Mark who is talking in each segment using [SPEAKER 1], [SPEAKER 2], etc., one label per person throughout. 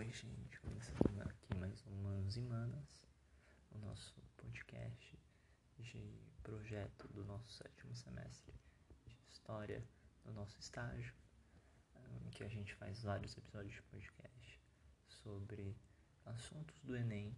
[SPEAKER 1] Oi, gente, começando aqui mais umas semanas o nosso podcast de projeto do nosso 7º semestre de História do nosso estágio, em que a gente faz vários episódios de podcast sobre assuntos do Enem.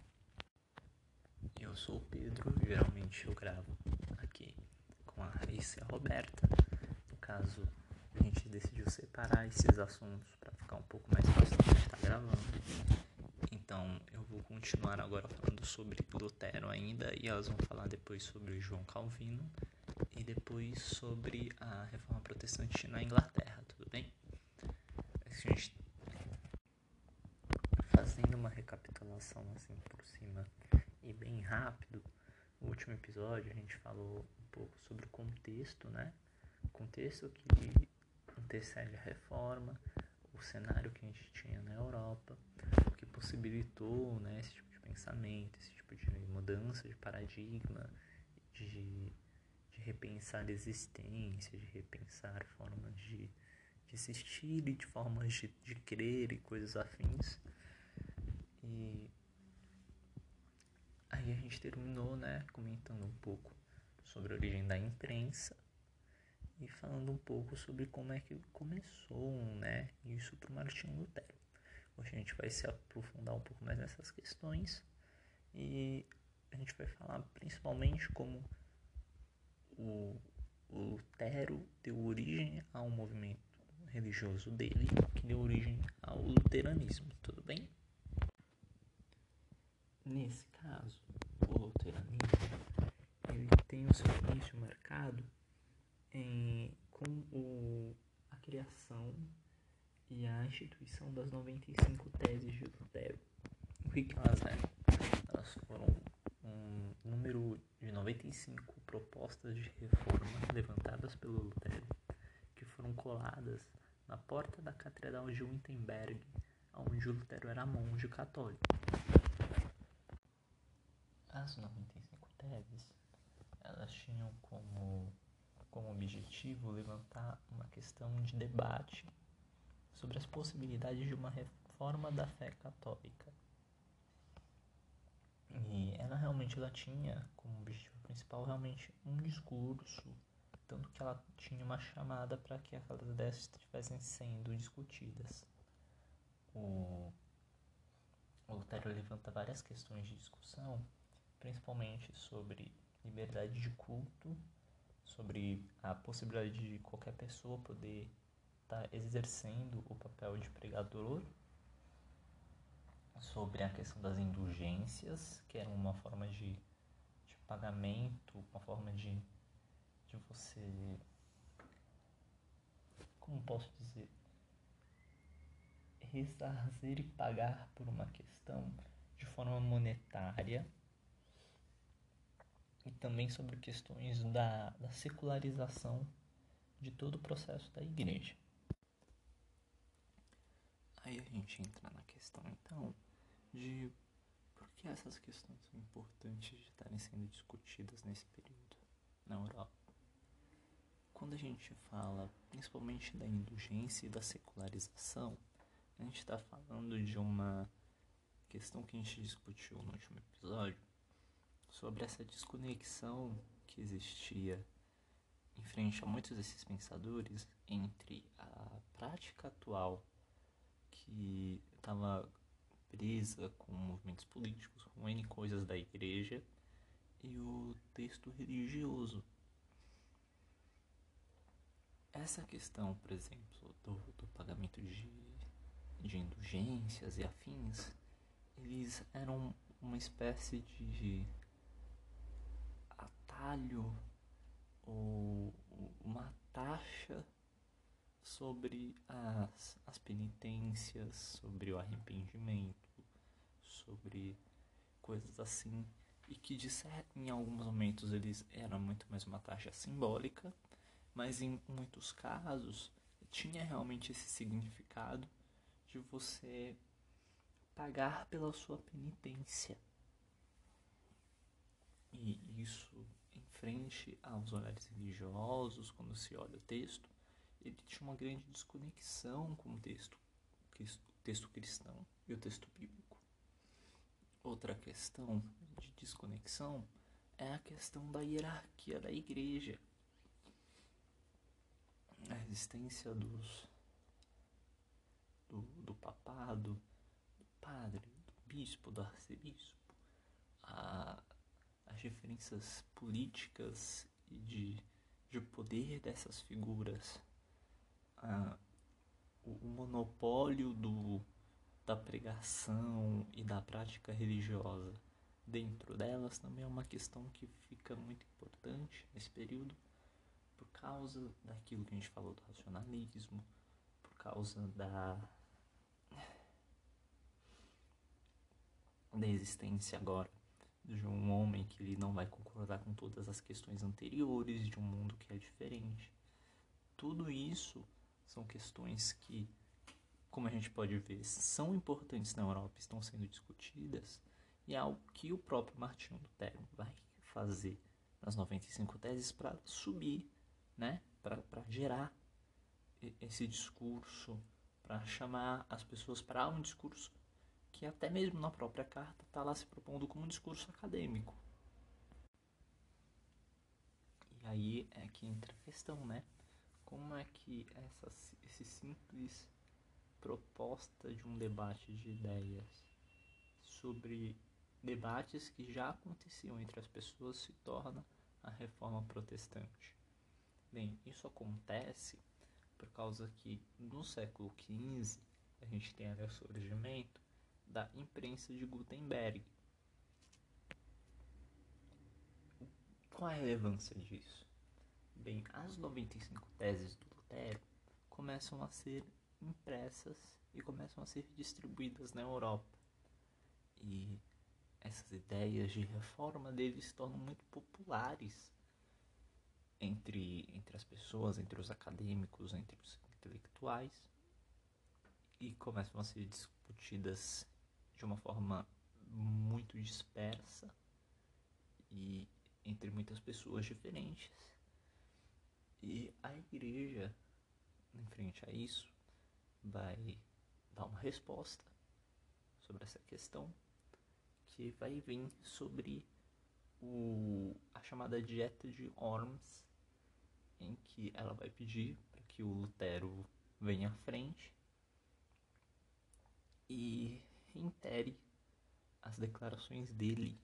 [SPEAKER 1] Eu sou o Pedro, geralmente eu gravo aqui com a Raíssa e a Roberta. No caso, a gente decidiu separar esses assuntos para ficar um pouco mais fácil de estar gravando. Então eu vou continuar agora falando sobre Lutero ainda, e elas vão falar depois sobre João Calvino e depois sobre a Reforma Protestante na Inglaterra, tudo bem? Fazendo uma recapitulação assim por cima e bem rápido, no último episódio a gente falou um pouco sobre o contexto, né? O contexto que antecede a reforma, o cenário que a gente tinha na Europa, o que possibilitou, né, esse tipo de pensamento, esse tipo de mudança de paradigma, de repensar a existência, de repensar formas de existir e de formas de crer e coisas afins. E aí a gente terminou, né, comentando um pouco sobre a origem da imprensa e falando um pouco sobre como é que começou, né, isso para o Martinho Lutero. Hoje a gente vai se aprofundar um pouco mais nessas questões e a gente vai falar principalmente como o Lutero deu origem ao movimento religioso dele, que deu origem ao luteranismo, tudo bem? Nesse caso, o luteranismo ele tem o seu início marcado com a criação e a instituição das 95 teses de Lutero. O que elas eram? Elas foram um número de 95 propostas de reforma levantadas pelo Lutero, que foram coladas na porta da Catedral de Wittenberg, onde o Lutero era monge católico. As 95 teses, elas tinham como objetivo levantar uma questão de debate sobre as possibilidades de uma reforma da fé católica. E ela tinha como objetivo principal realmente um discurso, tanto que ela tinha uma chamada para que aquelas ideias estivessem sendo discutidas. O Lutero levanta várias questões de discussão, principalmente sobre liberdade de culto, sobre a possibilidade de qualquer pessoa poder estar exercendo o papel de pregador, sobre a questão das indulgências, que era uma forma de pagamento, uma forma de você, como posso dizer, ressarcir e pagar por uma questão de forma monetária, e também sobre questões da secularização de todo o processo da igreja. Aí a gente entra na questão então de por que essas questões são importantes de estarem sendo discutidas nesse período na Europa. Quando a gente fala principalmente da indulgência e da secularização, a gente está falando de uma questão que a gente discutiu no último episódio, sobre essa desconexão que existia em frente a muitos desses pensadores entre a prática atual, que estava presa com movimentos políticos, com N coisas da igreja, e o texto religioso. Essa questão, por exemplo, do pagamento de indulgências e afins, eles eram uma espécie de atalho ou uma taxa sobre as penitências, sobre o arrependimento, sobre coisas assim, e que em alguns momentos eles eram muito mais uma taxa simbólica, mas em muitos casos tinha realmente esse significado de você pagar pela sua penitência. E isso, em frente aos olhares religiosos, quando se olha o texto, ele tinha uma grande desconexão com o texto texto cristão e o texto bíblico. Outra questão de desconexão é a questão da hierarquia da igreja. A existência do papado, do padre, do bispo, do arcebispo, as diferenças políticas e de poder dessas figuras, o monopólio da pregação e da prática religiosa dentro delas também é uma questão que fica muito importante nesse período, por causa daquilo que a gente falou do racionalismo, por causa da existência agora de um homem que ele não vai concordar com todas as questões anteriores, de um mundo que é diferente. Tudo isso são questões que, como a gente pode ver, são importantes na Europa, estão sendo discutidas, e é algo que o próprio Martinho Lutero vai fazer nas 95 teses para subir, né? Para gerar esse discurso, para chamar as pessoas para um discurso que até mesmo na própria carta está lá se propondo como um discurso acadêmico. E aí é que entra a questão, né? Como é que esse simples proposta de um debate de ideias sobre debates que já aconteciam entre as pessoas se torna a reforma protestante? Bem, isso acontece por causa que no século XV a gente tem o surgimento da imprensa de Gutenberg. Qual a relevância disso? Bem, as 95 teses do Lutero começam a ser impressas e começam a ser distribuídas na Europa. E essas ideias de reforma dele se tornam muito populares entre as pessoas, entre os acadêmicos, entre os intelectuais, e começam a ser discutidas de uma forma muito dispersa e entre muitas pessoas diferentes. E a igreja, em frente a isso, vai dar uma resposta sobre essa questão, que vai vir sobre a chamada Dieta de Worms, em que ela vai pedir para que o Lutero venha à frente e reitere as declarações dele.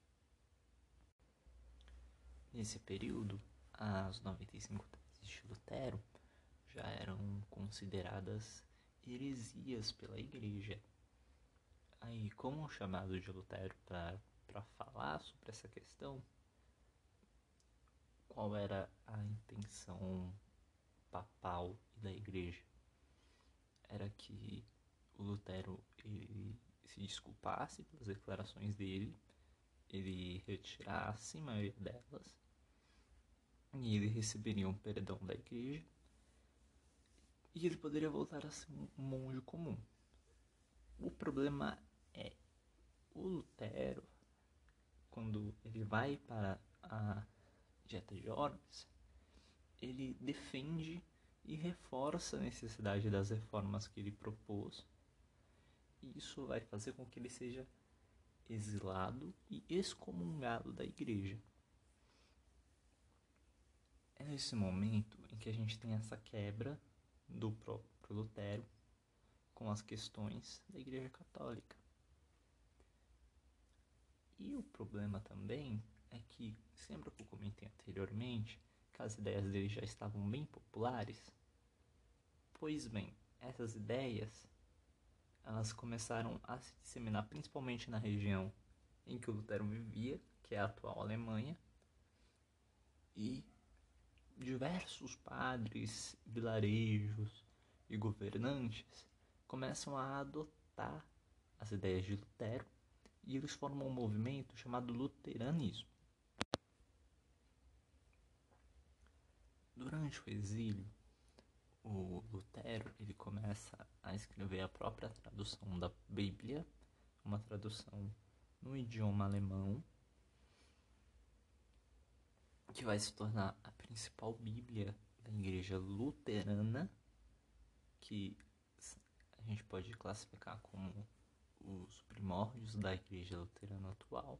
[SPEAKER 1] Nesse período, as 95 teses de Lutero já eram consideradas heresias pela igreja. Aí, como o chamado de Lutero para falar sobre essa questão, qual era a intenção papal e da igreja? Era que o Lutero ele se desculpasse pelas declarações dele, ele retirasse a maioria delas, e ele receberia um perdão da igreja, e ele poderia voltar a ser um monge comum. O problema é, o Lutero, quando ele vai para a Dieta de Worms, ele defende e reforça a necessidade das reformas que ele propôs, e isso vai fazer com que ele seja exilado e excomungado da igreja. É nesse momento em que a gente tem essa quebra do próprio Lutero com as questões da Igreja Católica. E o problema também é que, sempre que eu comentei anteriormente, que as ideias dele já estavam bem populares, pois bem, essas ideias elas começaram a se disseminar principalmente na região em que o Lutero vivia, que é a atual Alemanha, e diversos padres, vilarejos e governantes começam a adotar as ideias de Lutero, e eles formam um movimento chamado luteranismo. Durante o exílio, o Lutero ele começa a escrever a própria tradução da Bíblia, uma tradução no idioma alemão, que vai se tornar a principal Bíblia da igreja luterana, que a a gente pode classificar como os primórdios da Igreja Luterana atual.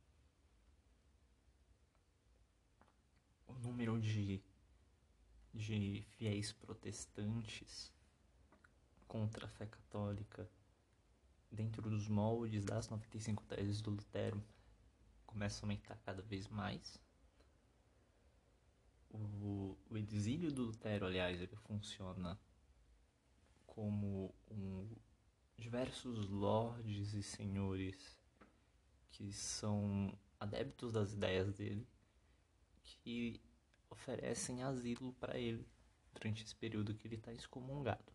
[SPEAKER 1] O número de fiéis protestantes contra a fé católica dentro dos moldes das 95 teses do Lutero começa a aumentar cada vez mais. O exílio do Lutero, aliás, ele funciona como diversos lordes e senhores que são adeptos das ideias dele, que oferecem asilo para ele durante esse período que ele está excomungado.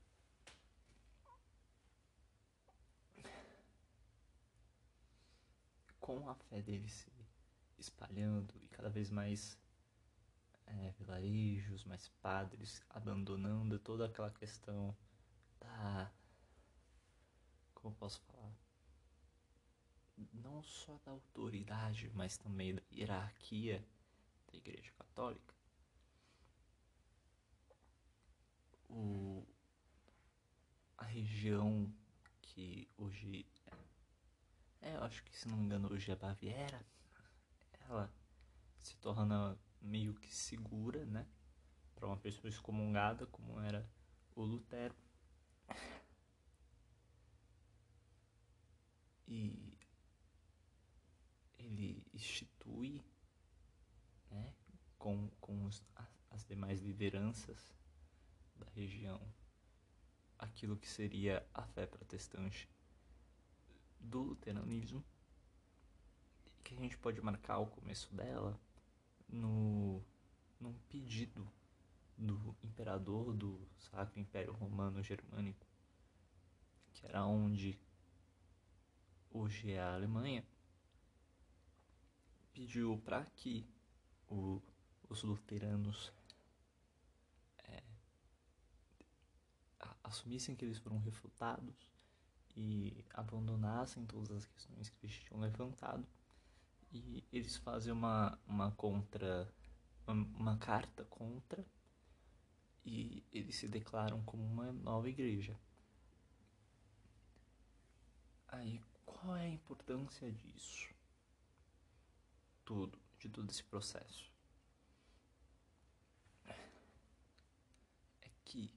[SPEAKER 1] Com a fé dele se espalhando e cada vez mais vilarejos, mais padres abandonando toda aquela questão da... como eu posso falar? Não só da autoridade, mas também da hierarquia da Igreja Católica. A região que hoje eu acho que, se não me engano, hoje é Baviera, ela se torna meio que segura, né, para uma pessoa excomungada como era o Lutero. E ele institui, né, com as demais lideranças da região, aquilo que seria a fé protestante do luteranismo, que a gente pode marcar o começo dela num pedido do imperador do Sacro Império Romano Germânico, que era onde hoje é a Alemanha, pediu para que os luteranos assumissem que eles foram refutados e abandonassem todas as questões que eles tinham levantado, e eles fazem uma carta contra, e eles se declaram como uma nova igreja. Aí, qual é a importância disso? De todo esse processo? É que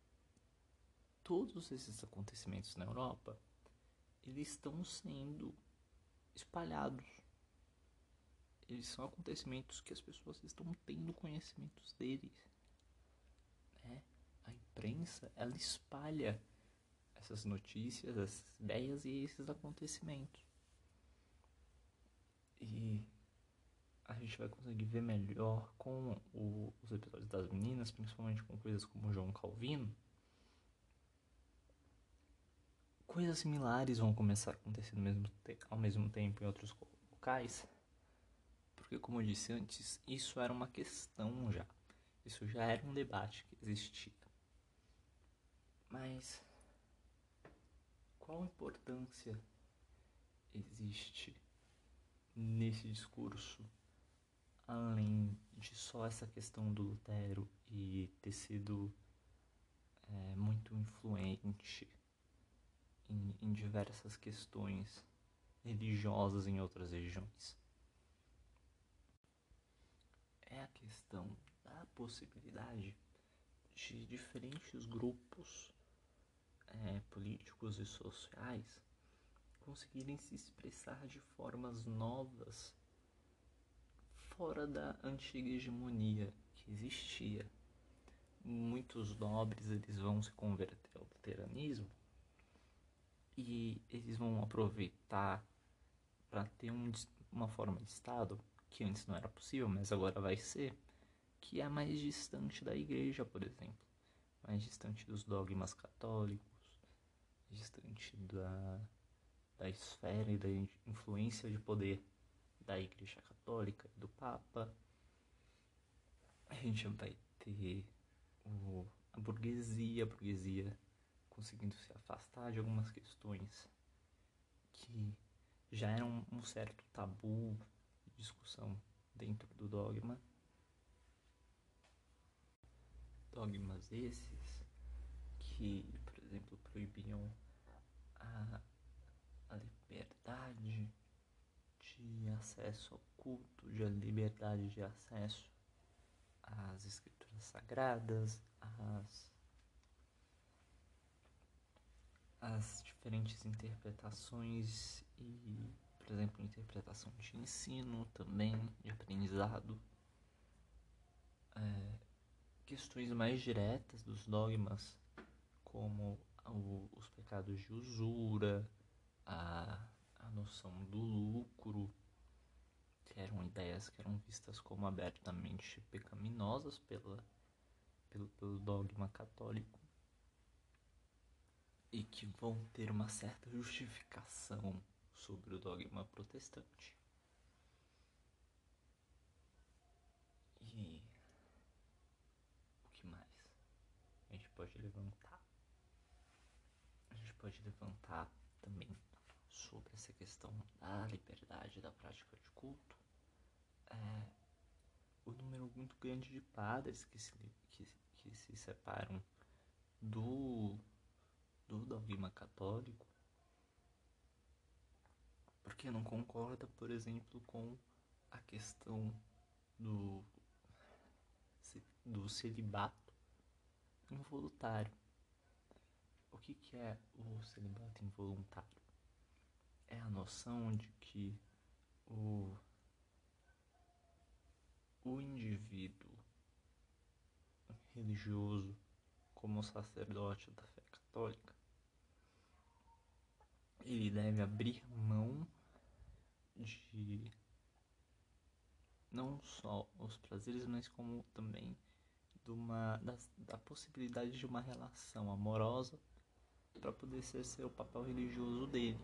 [SPEAKER 1] todos esses acontecimentos na Europa, eles estão sendo espalhados. Eles são acontecimentos que as pessoas estão tendo conhecimentos deles, né? A imprensa, ela espalha essas notícias, essas ideias e esses acontecimentos. E a gente vai conseguir ver melhor com os episódios das meninas, principalmente com coisas como João Calvino. Coisas similares vão começar a acontecer ao mesmo tempo em outros locais, porque, como eu disse antes, isso era uma questão já. Isso já era um debate que existia. Mas qual importância existe nesse discurso, além de só essa questão do Lutero e ter sido muito influente em diversas questões religiosas em outras regiões? É a questão da possibilidade de diferentes grupos políticos e sociais conseguirem se expressar de formas novas fora da antiga hegemonia que existia. Muitos nobres, eles vão se converter ao luteranismo e eles vão aproveitar para ter uma forma de Estado que antes não era possível, mas agora vai ser, que é mais distante da igreja, por exemplo, mais distante dos dogmas católicos, distante da esfera e da influência de poder da Igreja Católica e do Papa. A gente vai ter a burguesia conseguindo se afastar de algumas questões que já eram um certo tabu de discussão dentro do dogma. Dogmas esses que, por exemplo, proibiam a liberdade de acesso ao culto, de a liberdade de acesso às escrituras sagradas, às diferentes interpretações e, por exemplo, interpretação de ensino também, de aprendizado, questões mais diretas dos dogmas, como os pecados de usura, a noção do lucro, que eram ideias que eram vistas como abertamente pecaminosas pelo dogma católico e que vão ter uma certa justificação sobre o dogma protestante. E o que mais a gente pode levantar? A gente pode levantar também sobre essa questão da liberdade da prática de culto, o número muito grande de padres que se separam do dogma católico porque não concorda, por exemplo, com a questão do celibato involuntário. O que é o celibato involuntário? É a noção de que o indivíduo religioso, como sacerdote da fé católica, ele deve abrir mão de não só os prazeres, mas como também da possibilidade de uma relação amorosa para poder exercer o papel religioso dele.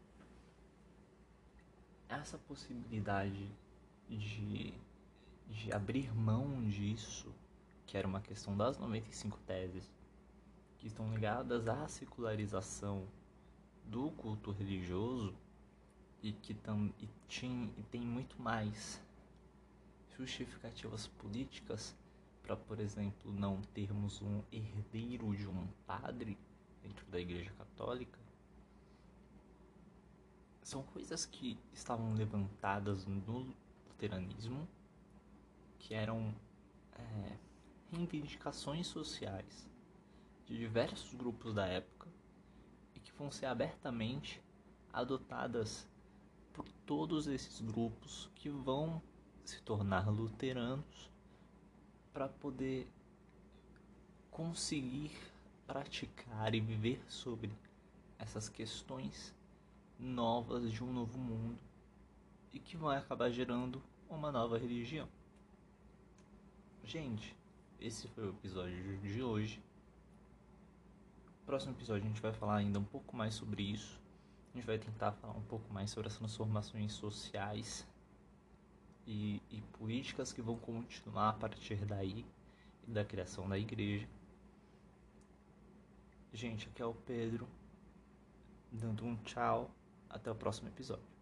[SPEAKER 1] Essa possibilidade de abrir mão disso, que era uma questão das 95 teses, que estão ligadas à secularização do culto religioso e que tem muito mais justificativas políticas para, por exemplo, não termos um herdeiro de um padre dentro da Igreja Católica, são coisas que estavam levantadas no luteranismo, que eram reivindicações sociais de diversos grupos da época e que vão ser abertamente adotadas por todos esses grupos que vão se tornar luteranos para poder conseguir praticar e viver sobre essas questões novas de um novo mundo e que vai acabar gerando uma nova religião. Gente, esse foi o episódio de hoje. No próximo episódio a gente vai falar ainda um pouco mais sobre isso. A gente vai tentar falar um pouco mais sobre as transformações sociais e políticas que vão continuar a partir daí e da criação da igreja. Gente, aqui é o Pedro, dando um tchau. Até o próximo episódio.